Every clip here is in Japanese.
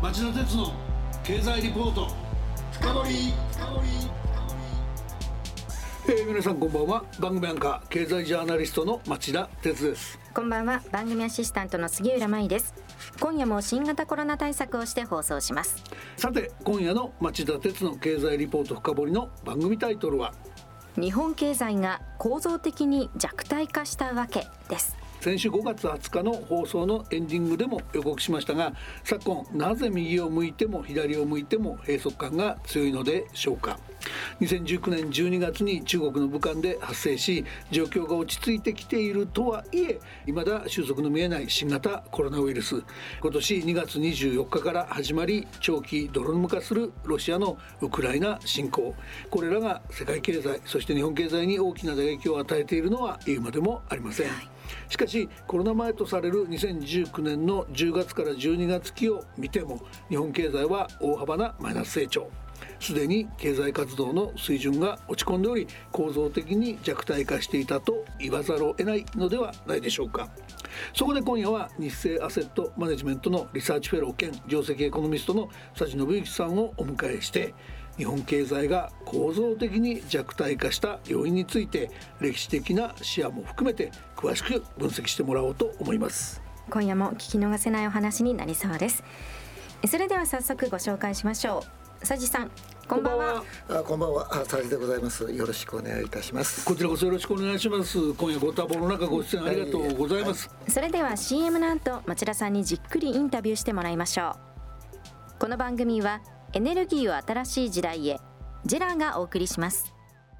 町田鉄の経済リポート深掘り。皆さんこんばんは。番組アンカー経済ジャーナリストの町田鉄です。 こんばんは。番組アシスタントの杉浦舞です。今夜も新型コロナ対策をして放送します。 さて今夜の町田鉄の経済リポート深掘りの番組タイトルは、 日本経済が構造的に弱体化したわけです。 先週5月20日の放送のエンディングでも予告しましたが、昨今なぜ右を向いても左を向いても閉塞感が強いのでしょうか。2019年12月に中国の武漢で発生し、状況が落ち着いてきているとはいえ、未だ収束の見えない新型コロナウイルス。今年2月24日から始まり、長期泥沼化するロシアのウクライナ侵攻、これらが世界経済、そして日本経済に大きな打撃を与えているのは言うまでもありません。しかしコロナ前とされる2019年の10月から12月期を見ても、日本経済は大幅なマイナス成長、すでに経済活動の水準が落ち込んでおり、構造的に弱体化していたと言わざるを得ないのではないでしょうか。そこで今夜は日清アセットマネジメントのリサーチフェロー兼上席エコノミストの佐治信之さんをお迎えして、日本経済が構造的に弱体化した要因について歴史的な視野も含めて詳しく分析してもらおうと思います。 今夜も聞き逃せないお話になりそうです。それでは早速ご紹介しましょう。佐治さん、こんばんは。 こんばんは。佐治でございます。よろしくお願いいたします。 こちらこそよろしくお願いします。今夜ご多忙の中ご出演ありがとうございます。 それでは CM の後、町田さんにじっくりインタビューしてもらいましょう。この番組はエネルギーを新しい時代へ、ジェラがお送りします。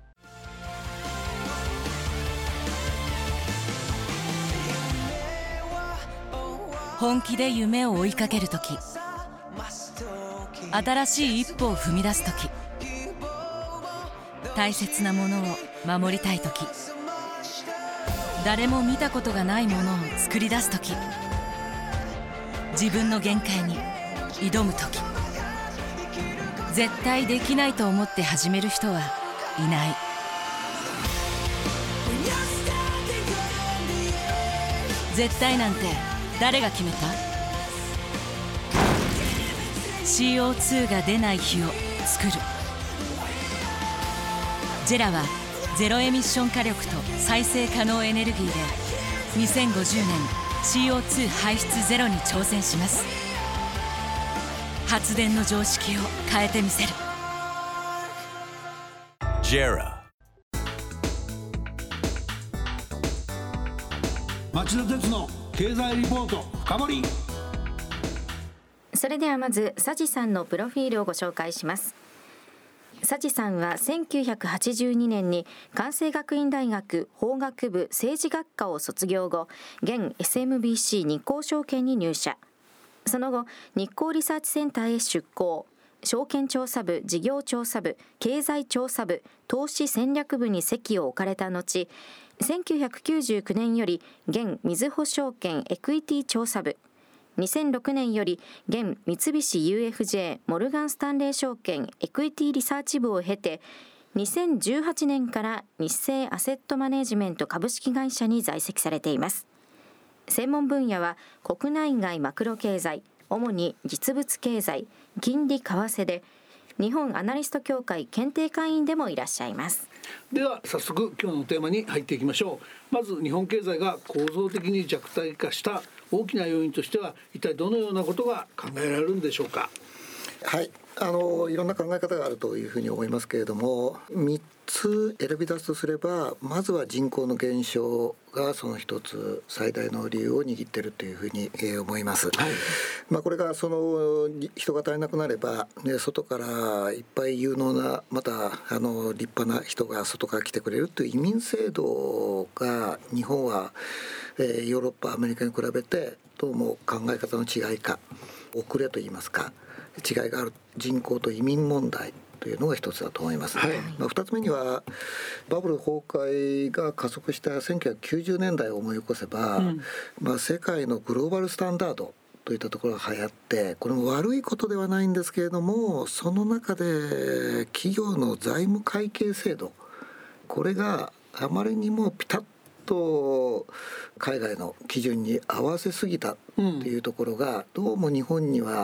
本気で夢を追いかけるとき、新しい一歩を踏み出すとき、大切なものを守りたいとき、誰も見たことがないものを作り出すとき、自分の限界に挑むとき、絶対できないと思って始める人はいない。絶対なんて誰が決めた？ CO2 が出ない日を作る。ジェラはゼロエミッション火力と再生可能エネルギーで2050年 CO2 排出ゼロに挑戦します。発電の常識を変えてみせる。 JERA 町田鉄の経済リポート深掘り。 それではまず佐治さんのプロフィールをご紹介します。佐治さんは1982年に関西学院大学法学部政治学科を卒業後、現 SMBC 日興証券に入社。その後日興リサーチセンターへ出向、証券調査部、事業調査部、経済調査部、投資戦略部に席を置かれた後、1999年より現みずほ証券エクイティ調査部、2006年より現三菱 UFJ モルガンスタンレー証券エクイティリサーチ部を経て、2018年から日清アセットマネジメント株式会社に在籍されています。専門分野は国内外マクロ経済、主に実物経済、金利為替で、日本アナリスト協会検定会員でもいらっしゃいます。 では早速今日のテーマに入っていきましょう。まず日本経済が構造的に弱体化した大きな要因としては、一体どのようなことが考えられるんでしょうか。 はい、いろんな考え方があるというふうに思いますけれども、3つ選び出すとすれば、まずは人口の減少がその一つ最大の理由を握っているというふうに思います。これがその人が足りなくなれば、外からいっぱい有能な、また立派な人が外から来てくれるという移民制度が、日本はヨーロッパアメリカに比べてどうも考え方の違いか、遅れといいますか違いがある人口と移民問題というのが一つだと思います。二つ目にはバブル崩壊が加速した1990年代を思い起こせば、世界のグローバルスタンダードといったところが流行って、これも悪いことではないんですけれども、その中で企業の財務会計制度、これがあまりにもピタッと海外の基準に合わせすぎたっていうところが、どうも日本には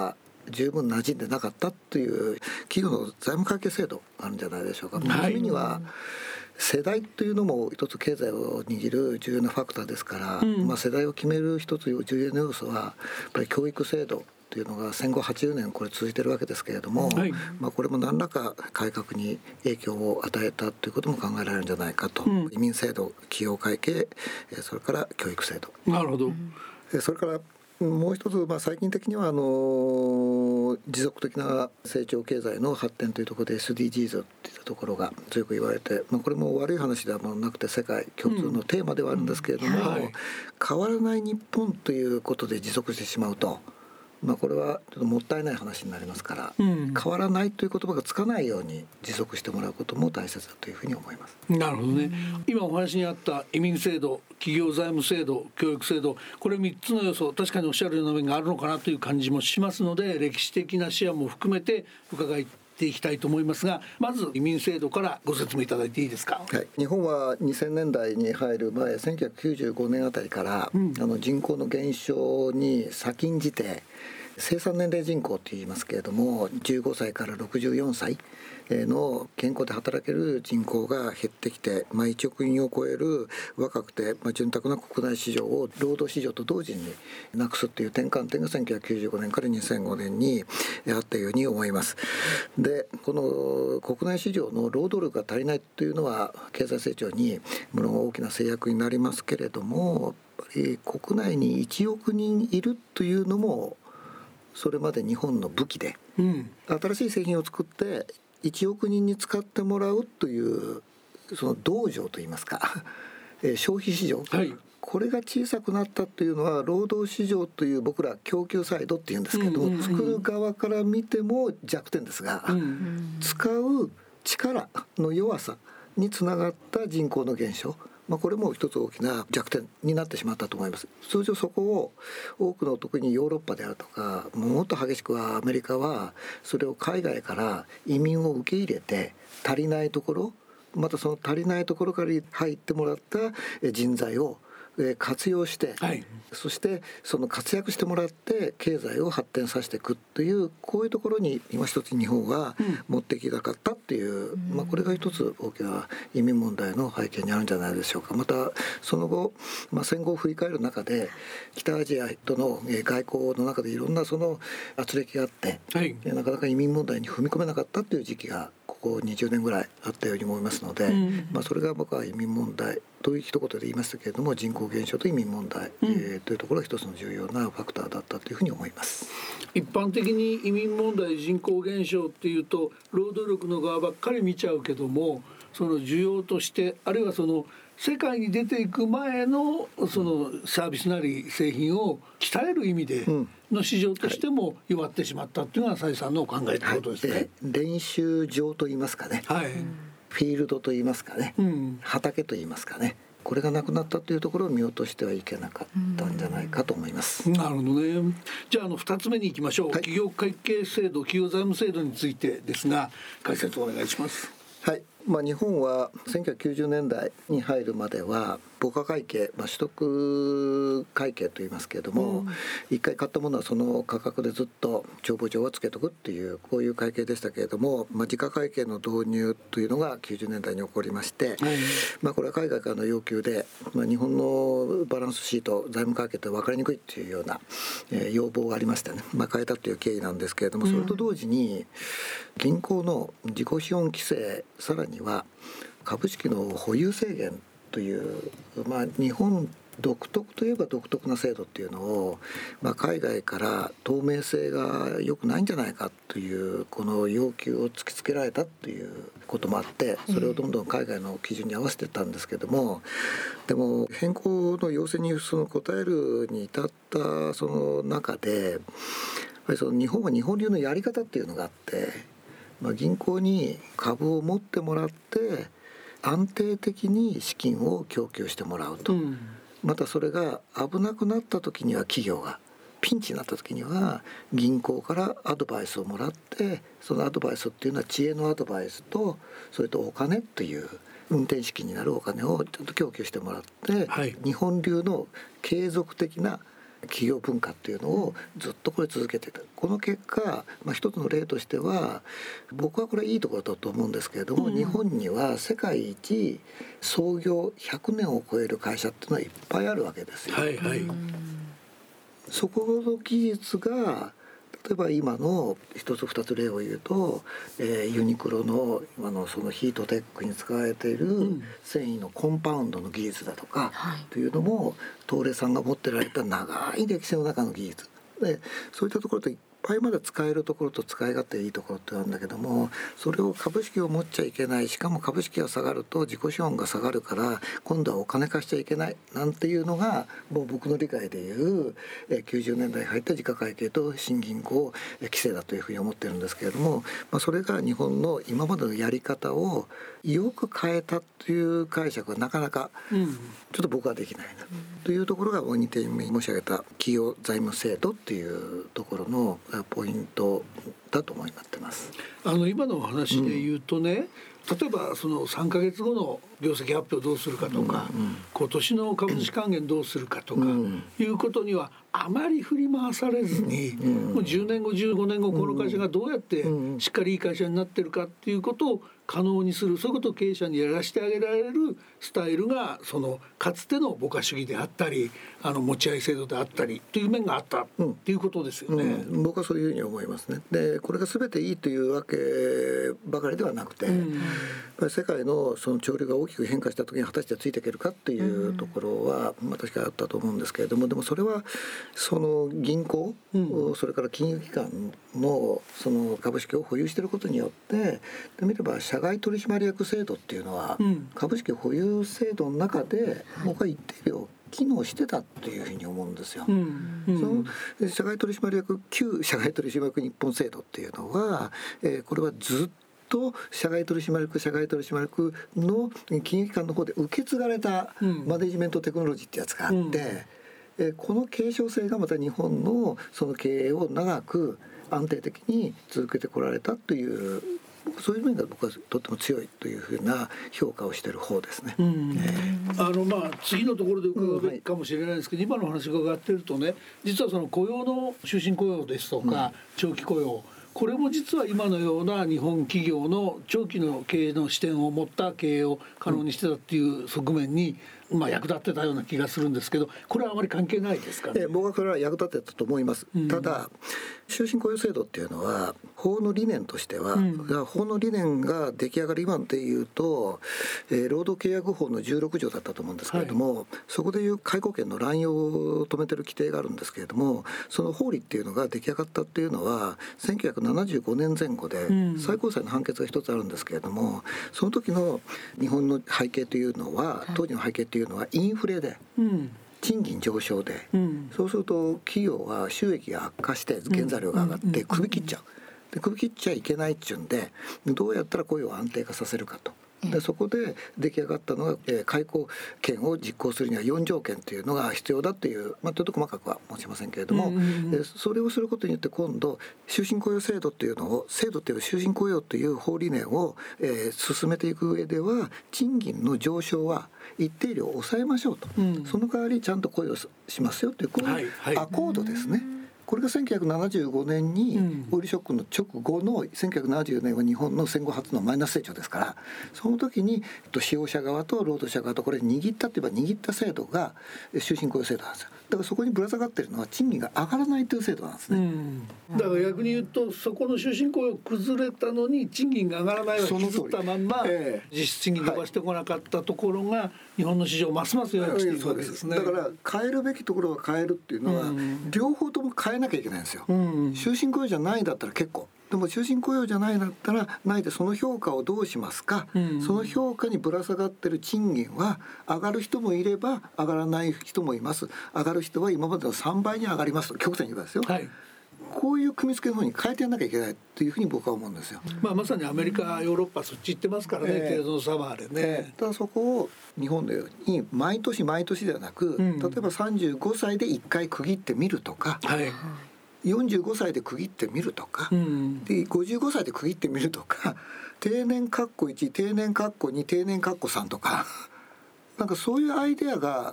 十分馴染んでなかったという企業の財務会計制度あるんじゃないでしょうか。2つ目には世代というのも一つ経済を握る重要なファクターですから、世代を決める一つ重要な要素はやっぱり教育制度というのが戦後80年これ続いているわけですけれども、これも何らか改革に影響を与えたということも考えられるんじゃないかと、移民制度、企業会計、それから教育制度。 なるほど。 それからもう一つ、最近的には持続的な成長経済の発展というところで SDGs といったところが強く言われて、これも悪い話ではなくて世界共通のテーマではあるんですけれども、変わらない日本ということで持続してしまうと、これはちょっともったいない話になりますから、変わらないという言葉がつかないように持続してもらうことも大切だというふうに思います。 なるほどね。今お話にあった移民制度、企業財務制度、教育制度、これ3つの要素、確かにおっしゃるような面があるのかなという感じもしますので、歴史的な視野も含めて伺っていきたいと思いますが、まず移民制度からご説明いただいていいですか。 日本は2000年代に入る前、1995年あたりから、人口の減少に先んじて生産年齢人口といいますけれども、15歳から64歳の健康で働ける人口が減ってきて、1億人を超える若くて潤沢な国内市場を労働市場と同時になくすという転換点が1995年から2005年にあったように思います。で、この国内市場の労働力が足りないというのは経済成長にもの大きな制約になりますけれども、やっぱり国内に1億人いるというのもそれまで日本の武器で、新しい製品を作って1億人に使ってもらうというその道場といいますか消費市場、これが小さくなったというのは労働市場という僕ら供給サイドっていうんですけど、作る側から見ても弱点ですが、使う力の弱さにつながった人口の減少、これも一つ大きな弱点になってしまったと思います。通常そこを多くの特にヨーロッパであるとか、もっと激しくはアメリカはそれを海外から移民を受け入れて、足りないところ、またその足りないところから入ってもらった人材を活用して、そしてその活躍してもらって経済を発展させていくという、こういうところに今一つ日本は持っていきたかったっていう、これが一つ大きな移民問題の背景にあるんじゃないでしょうか。またその後、戦後を振り返る中で北アジアとの外交の中でいろんなその圧力があって、なかなか移民問題に踏み込めなかったという時期がここ20年ぐらいあったように思いますので、それが僕は移民問題という一言で言いましたけれども、人口減少と移民問題、というところが一つの重要なファクターだったというふうに思います。 一般的に移民問題、人口減少っていうと労働力の側ばっかり見ちゃうけども、その需要として、あるいはその世界に出ていく前のそのサービスなり製品を鍛える意味での市場としても弱ってしまったっていうのが蔡さんのお考えということですね。 練習場といいますかね、フィールドといいますかね、畑といいますかね、これがなくなったというところを見落としてはいけなかったんじゃないかと思います。 なるほどね。じゃあ2つ目に行きましょう。企業会計制度、企業財務制度についてですが、解説をお願いします。 日本は1990年代に入るまでは母価会計、取得会計といいますけれども、一回買ったものはその価格でずっと帳簿上はつけとくっていう、こういう会計でしたけれども、時価会計の導入というのが90年代に起こりまして、これは海外からの要求で、日本のバランスシート、財務会計って分かりにくいっていうような、要望がありましてね、変えたという経緯なんですけれども、それと同時に銀行の自己資本規制、さらには株式の保有制限という、日本独特といえば独特な制度っていうのを、海外から透明性が良くないんじゃないかというこの要求を突きつけられたということもあって、それをどんどん海外の基準に合わせていったんですけども、でも変更の要請にその応えるに至ったその中で、やっぱりその日本は日本流のやり方っていうのがあって、銀行に株を持ってもらって安定的に資金を供給してもらうと、またそれが危なくなった時には企業が、ピンチになった時には銀行からアドバイスをもらって、そのアドバイスっていうのは知恵のアドバイスと、それとお金という運転資金になるお金をちょっと供給してもらって、日本流の継続的な企業文化っていうのをずっとこれ続けていた。この結果、一つの例としては僕はこれいいところだと思うんですけれども、日本には世界一創業100年を超える会社っていうのはいっぱいあるわけですよ。 はいはい、 そこの技術が例えば今の一つ二つ例を言うと、ユニクロの今のそのヒートテックに使われている繊維のコンパウンドの技術だとかというのも東レさんが持ってられた長い歴史の中の技術で、そういったところといっぱいまだ使えるところと使い勝手いいところってあるんだけども、それを株式を持っちゃいけない、しかも株式が下がると自己資本が下がるから今度はお金貸しちゃいけないなんていうのがもう僕の理解でいう90年代入った時価会計と新銀行規制だというふうに思ってるんですけれども、それが日本の今までのやり方をよく変えたという解釈はなかなかちょっと僕はできないなというところが2点目に申し上げた企業財務制度っていうところのポイントだと思います。 今のお話で言うとね、例えばその3ヶ月後の業績発表どうするかとか、今年の株主還元どうするかとか、いうことにはあまり振り回されずに、もう10年後15年後この会社がどうやってしっかりいい会社になってるかっていうことを可能にする、そういうことを経営者にやらせてあげられるスタイルがそのかつての母価主義であったり持ち合い制度であったりという面があったっていうことですよね。 僕はそういうふうに思いますね。でこれが全ていいというわけばかりではなくて、やっぱり世界のその潮流が大きく変化した時に果たしてついていけるかっていうところは確かにあったと思うんですけれども、でもそれはその銀行、それから金融機関のその株式を保有していることによって見れば社外取締役制度っていうのは株式保有制度の中で僕は一定量機能してたっていうふうに思うんですよ。その社外取締役旧社外取締役日本制度っていうのは、これはずっと社外取締役の金融機関の方で受け継がれたマネジメントテクノロジーってやつがあって、この継承性がまた日本のその経営を長く安定的に続けてこられたというそういう面が僕はとっても強いというふうな評価をしている方ですね。 次のところで伺うべきかもしれないですけど、今の話を伺っているとね、実はその雇用の終身雇用ですとか、長期雇用、これも実は今のような日本企業の長期の経営の視点を持った経営を可能にしてたっていう側面に役立ってたような気がするんですけど、これはあまり関係ないですかね。 僕はこれは役立ってたと思います。ただ終身雇用制度っていうのは法の理念としては、法の理念が出来上がる今でいうと、労働契約法の16条だったと思うんですけれども、そこでいう解雇権の乱用を止めてる規定があるんですけれども、その法律っていうのが出来上がったっていうのは1975年前後で最高裁の判決が一つあるんですけれども、その時の日本の背景というのは、当時の背景っていうのはインフレで、賃金上昇で、そうすると企業は収益が悪化して原材料が上がって首切っちゃう。で首切っちゃいけないっちゅうんで、どうやったら雇用を安定化させるかと。でそこで出来上がったのが、解雇権を実行するには4条件というのが必要だという、ちょっと細かくは申しませんけれども、それをすることによって今度終身雇用制度というのを、制度という終身雇用という法理念を、進めていく上では賃金の上昇は一定量抑えましょうと、その代わりちゃんと雇用しますよという、このアコードですね。これが1975年にオイルショックの直後の1974年は日本の戦後初のマイナス成長ですから、その時に使用者側と労働者側とこれ握ったといえば握った制度が終身雇用制度なんですよ。だからそこにぶら下がっているのは賃金が上がらないという制度なんですね。 だから逆に言うと、そこの終身雇用崩れたのに賃金が上がらないは引きずったまんま、実質賃金伸ばしてこなかったところが日本の市場をますます弱くしているわけですね。 だから変えるべきところは変えるっていうのは、両方とも変えなきゃいけないんですよ。終身雇用じゃないんだったら結構、でも終身雇用じゃないんだったらないで、その評価をどうしますか、その評価にぶら下がってる賃金は上がる人もいれば上がらない人もいます。上がる人は今までの3倍に上がりますと極端に言うですよ、こういう組み付けの方に変えてやらなきゃいけないというふうに僕は思うんですよ。 まさにアメリカヨーロッパそっち行ってますからね、程度の差はあれね。 ただそこを日本のように毎年毎年ではなく、例えば35歳で1回区切ってみるとか、45歳で区切ってみるとか、で55歳で区切ってみるとか、定年括弧1定年括弧2定年括弧3とかなんかそういうアイデアが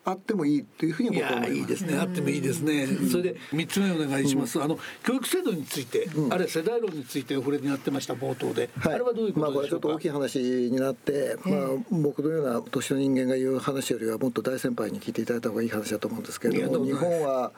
あってもいいというふうに僕は思います。 いいですね、あってもいいですね、それで3つ目お願いします。教育制度について、あるいは世代論についてお触れになってました冒頭で、あれはどういうことでしょうか。 これちょっと大きい話になって、僕のような年の人間が言う話よりはもっと大先輩に聞いていただいた方がいい話だと思うんですけれども、日本は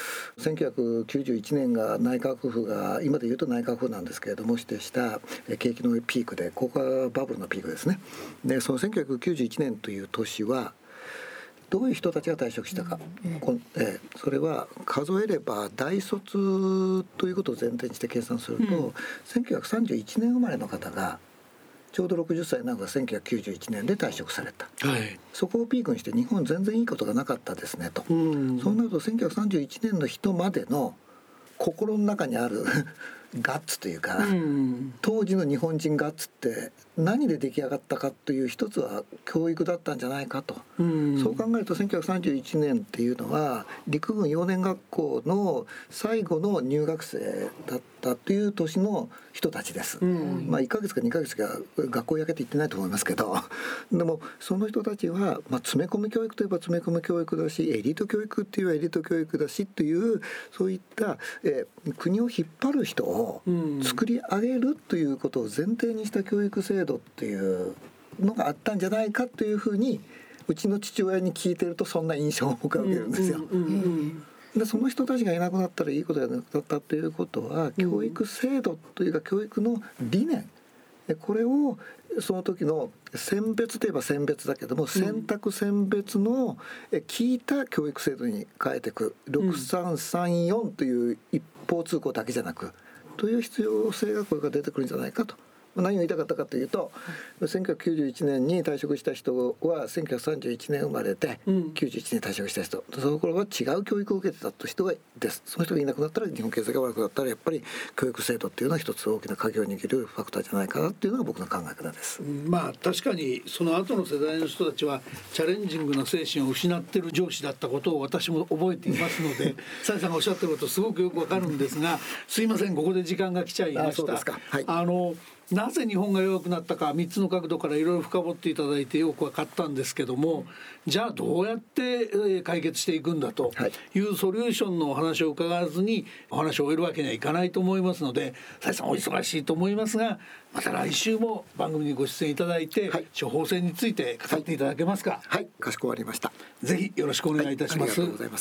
1991年が内閣府が今で言うと内閣府なんですけれども指定した景気のピークで、ここがバブルのピークですね。でその1991年という年はどういう人たちが退職したか、それは数えれば大卒ということを前提にして計算すると、1931年生まれの方がちょうど60歳なのが1991年で退職された、そこをピークにして日本全然いいことがなかったですねと、そうなると1931年の人までの心の中にあるガッツというか、当時の日本人ガッツって何で出来上がったかという一つは教育だったんじゃないかと、そう考えると1931年っていうのは陸軍幼年学校の最後の入学生だったという年の人たちです、1ヶ月か2ヶ月か学校焼けて行ってないと思いますけど、でもその人たちは、詰め込み教育といえば詰め込み教育だし、エリート教育っていうエリート教育だしという、そういった、国を引っ張る人を作り上げるということを前提にした教育制度っていうのがあったんじゃないかというふうに、うちの父親に聞いてるとそんな印象を僕は受けるんですよ。でその人たちがいなくなったらいいことがなくなったということは、教育制度というか教育の理念、これをその時の選別といえば選別だけども、選択選別の効いた教育制度に変えていく、6334という一方通行だけじゃなくという必要性がこれから出てくるんじゃないかと。何を言いたかったかというと、1991年に退職した人は1931年生まれで、91年退職した人、その頃は違う教育を受けてた人がです。その人がいなくなったら、日本経済が悪くなったら、やっぱり教育制度っていうのは一つ大きな鍵を握るファクターじゃないかなっていうのが僕の考え方です。 確かにその後の世代の人たちはチャレンジングな精神を失っている上司だったことを私も覚えていますので蔡さんがおっしゃってることすごくよくわかるんですが、すいません、ここで時間が来ちゃいました。 そうですか。 なぜ日本が弱くなったか3つの角度からいろいろ深掘っていただいてよく分かったんですけども、じゃあどうやって解決していくんだというソリューションのお話を伺わずにお話を終えるわけにはいかないと思いますので、蔡さんお忙しいと思いますが、また来週も番組にご出演いただいて、処方箋について語っていただけますか。 かしこまりました。 ぜひよろしくお願いいたします。 ありがとうございます。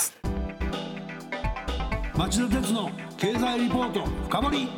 町田鉄の経済リポート深掘り。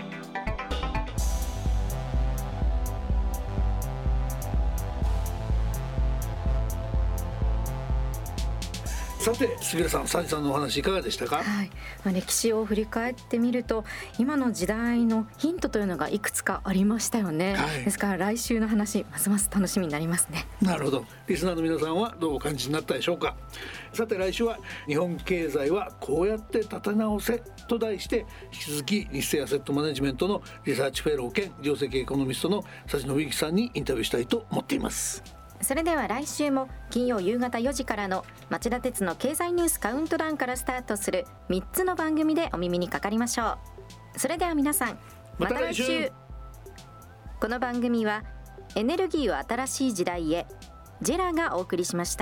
さて杉浦さん、蔡さんのお話いかがでしたか。 歴史を振り返ってみると今の時代のヒントというのがいくつかありましたよね、ですから来週の話ますます楽しみになりますね。 なるほど。リスナーの皆さんはどうお感じになったでしょうか。さて来週は日本経済はこうやって立て直せと題して、引き続き日清アセットマネジメントのリサーチフェロー兼業績エコノミストの佐治信之さんにインタビューしたいと思っています。 それでは来週も金曜夕方4時からの町田鉄の経済ニュースカウントダウンからスタートする3つの番組でお耳にかかりましょう。それでは皆さん、また来週。この番組はエネルギーを新しい時代へ、ジェラがお送りしました。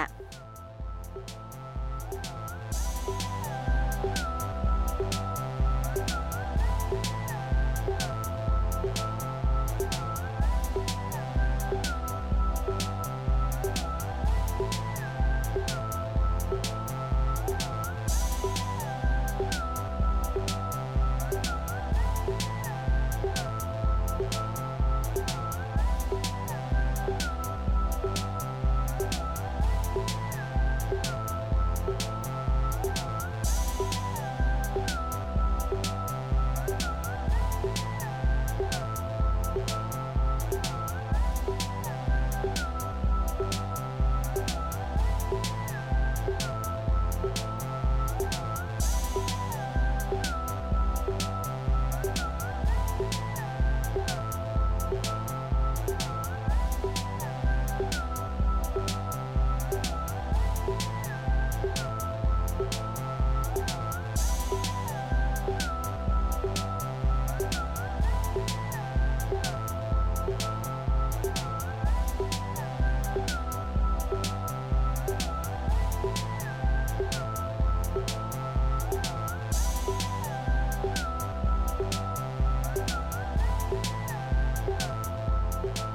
した。